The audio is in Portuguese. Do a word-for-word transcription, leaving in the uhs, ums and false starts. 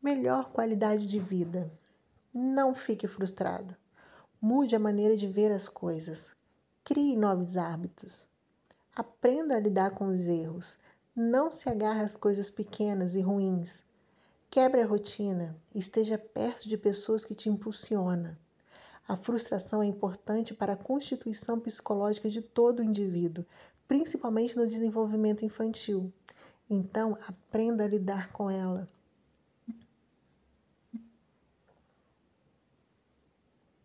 melhor qualidade de vida. Não fique frustrado. Mude a maneira de ver as coisas. Crie novos hábitos. Aprenda a lidar com os erros. Não se agarre às coisas pequenas e ruins. Quebre a rotina e esteja perto de pessoas que te impulsionam. A frustração é importante para a constituição psicológica de todo indivíduo, principalmente no desenvolvimento infantil. Então, aprenda a lidar com ela.